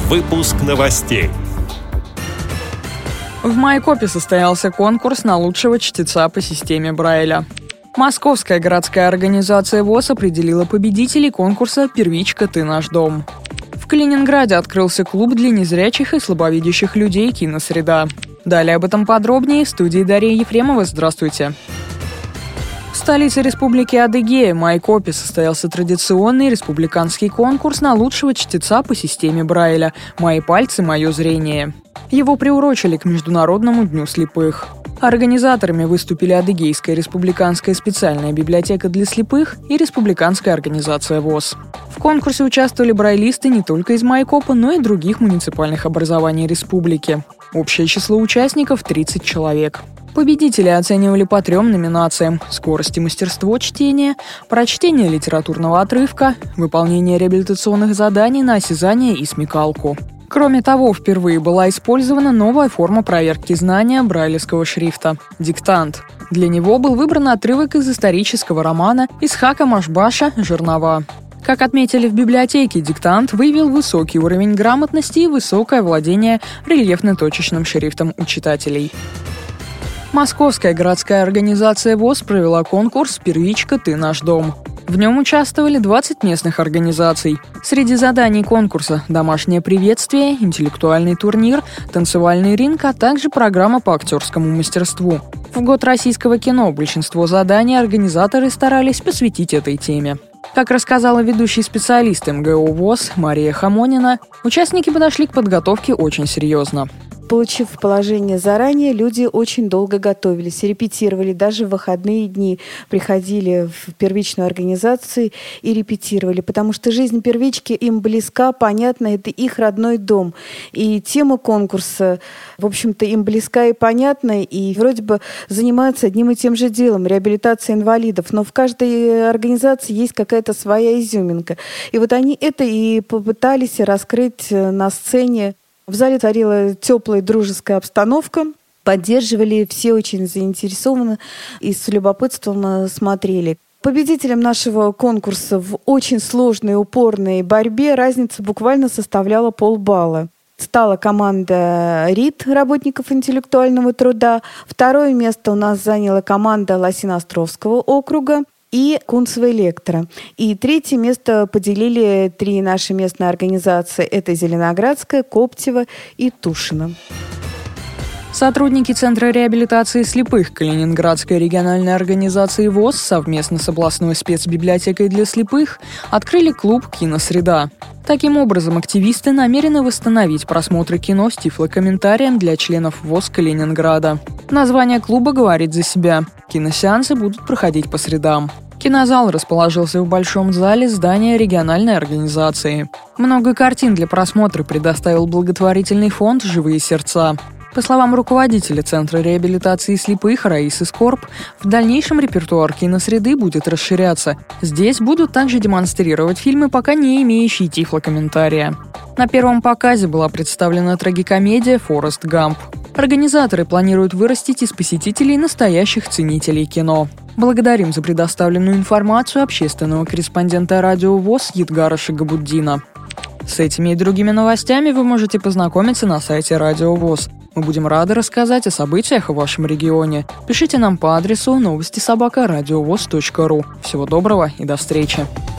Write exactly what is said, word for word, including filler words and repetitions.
Выпуск новостей. В Майкопе состоялся конкурс на лучшего чтеца по системе Брайля. Московская городская организация ВОС определила победителей конкурса «Первичка. Ты наш дом». В Калининграде открылся клуб для незрячих и слабовидящих людей «Киносреда». Далее об этом подробнее в студии Дарья Ефремова. Здравствуйте. В столице Республики Адыгея, Майкопе, состоялся традиционный республиканский конкурс на лучшего чтеца по системе Брайля «Мои пальцы, мое зрение». Его приурочили к Международному дню слепых. Организаторами выступили Адыгейская республиканская специальная библиотека для слепых и Республиканская организация ВОС. В конкурсе участвовали брайлисты не только из Майкопа, но и других муниципальных образований республики. Общее число участников – тридцать человек. Победители оценивали по трем номинациям – скорость и мастерство чтения, прочтение литературного отрывка, выполнение реабилитационных заданий на осязание и смекалку. Кроме того, впервые была использована новая форма проверки знания брайлевского шрифта – диктант. Для него был выбран отрывок из исторического романа Исхака Машбаша «Жернова». Как отметили в библиотеке, диктант выявил высокий уровень грамотности и высокое владение рельефно-точечным шрифтом у читателей. Московская городская организация ВОС провела конкурс «Первичка. Ты наш дом». В нем участвовали двадцать местных организаций. Среди заданий конкурса – домашнее приветствие, интеллектуальный турнир, танцевальный ринг, а также программа по актерскому мастерству. В год российского кино большинство заданий организаторы старались посвятить этой теме. Как рассказала ведущий специалист эм гэ о ВОС Мария Хамонина, участники подошли к подготовке очень серьезно. Получив положение заранее, люди очень долго готовились, репетировали, даже в выходные дни приходили в первичную организацию и репетировали, потому что жизнь первички им близка, понятна, это их родной дом. И тема конкурса, в общем-то, им близка и понятна, и вроде бы занимаются одним и тем же делом – реабилитацией инвалидов, но в каждой организации есть какая-то своя изюминка. И вот они это и попытались раскрыть на сцене. В зале царила теплая дружеская обстановка, поддерживали, все очень заинтересованно и с любопытством смотрели. Победителем нашего конкурса в очень сложной упорной борьбе разница буквально составляла полбалла. Стала команда РИТ, работников интеллектуального труда. Второе место у нас заняла команда Лосино-Островского округа и Кунцево Электро. И третье место поделили три наши местные организации. Это Зеленоградская, Коптево и Тушино. Сотрудники Центра реабилитации слепых Калининградской региональной организации ВОС совместно с областной спецбиблиотекой для слепых открыли клуб «Киносреда». Таким образом, активисты намерены восстановить просмотры кино с тифлокомментарием для членов ВОС Калининграда. Название клуба говорит за себя. Киносеансы будут проходить по средам. Кинозал расположился в большом зале здания региональной организации. Много картин для просмотра предоставил благотворительный фонд «Живые сердца». По словам руководителя Центра реабилитации слепых Раисы Скорб, в дальнейшем репертуар киносреды будет расширяться. Здесь будут также демонстрировать фильмы, пока не имеющие тифлокомментария. На первом показе была представлена трагикомедия «Форест Гамп». Организаторы планируют вырастить из посетителей настоящих ценителей кино. Благодарим за предоставленную информацию общественного корреспондента радио ВОС Едгара Шагабуддина. С этими и другими новостями вы можете познакомиться на сайте Радио ВОС. Мы будем рады рассказать о событиях в вашем регионе. Пишите нам по адресу новости собака радиовос точка ру. Всего доброго и до встречи!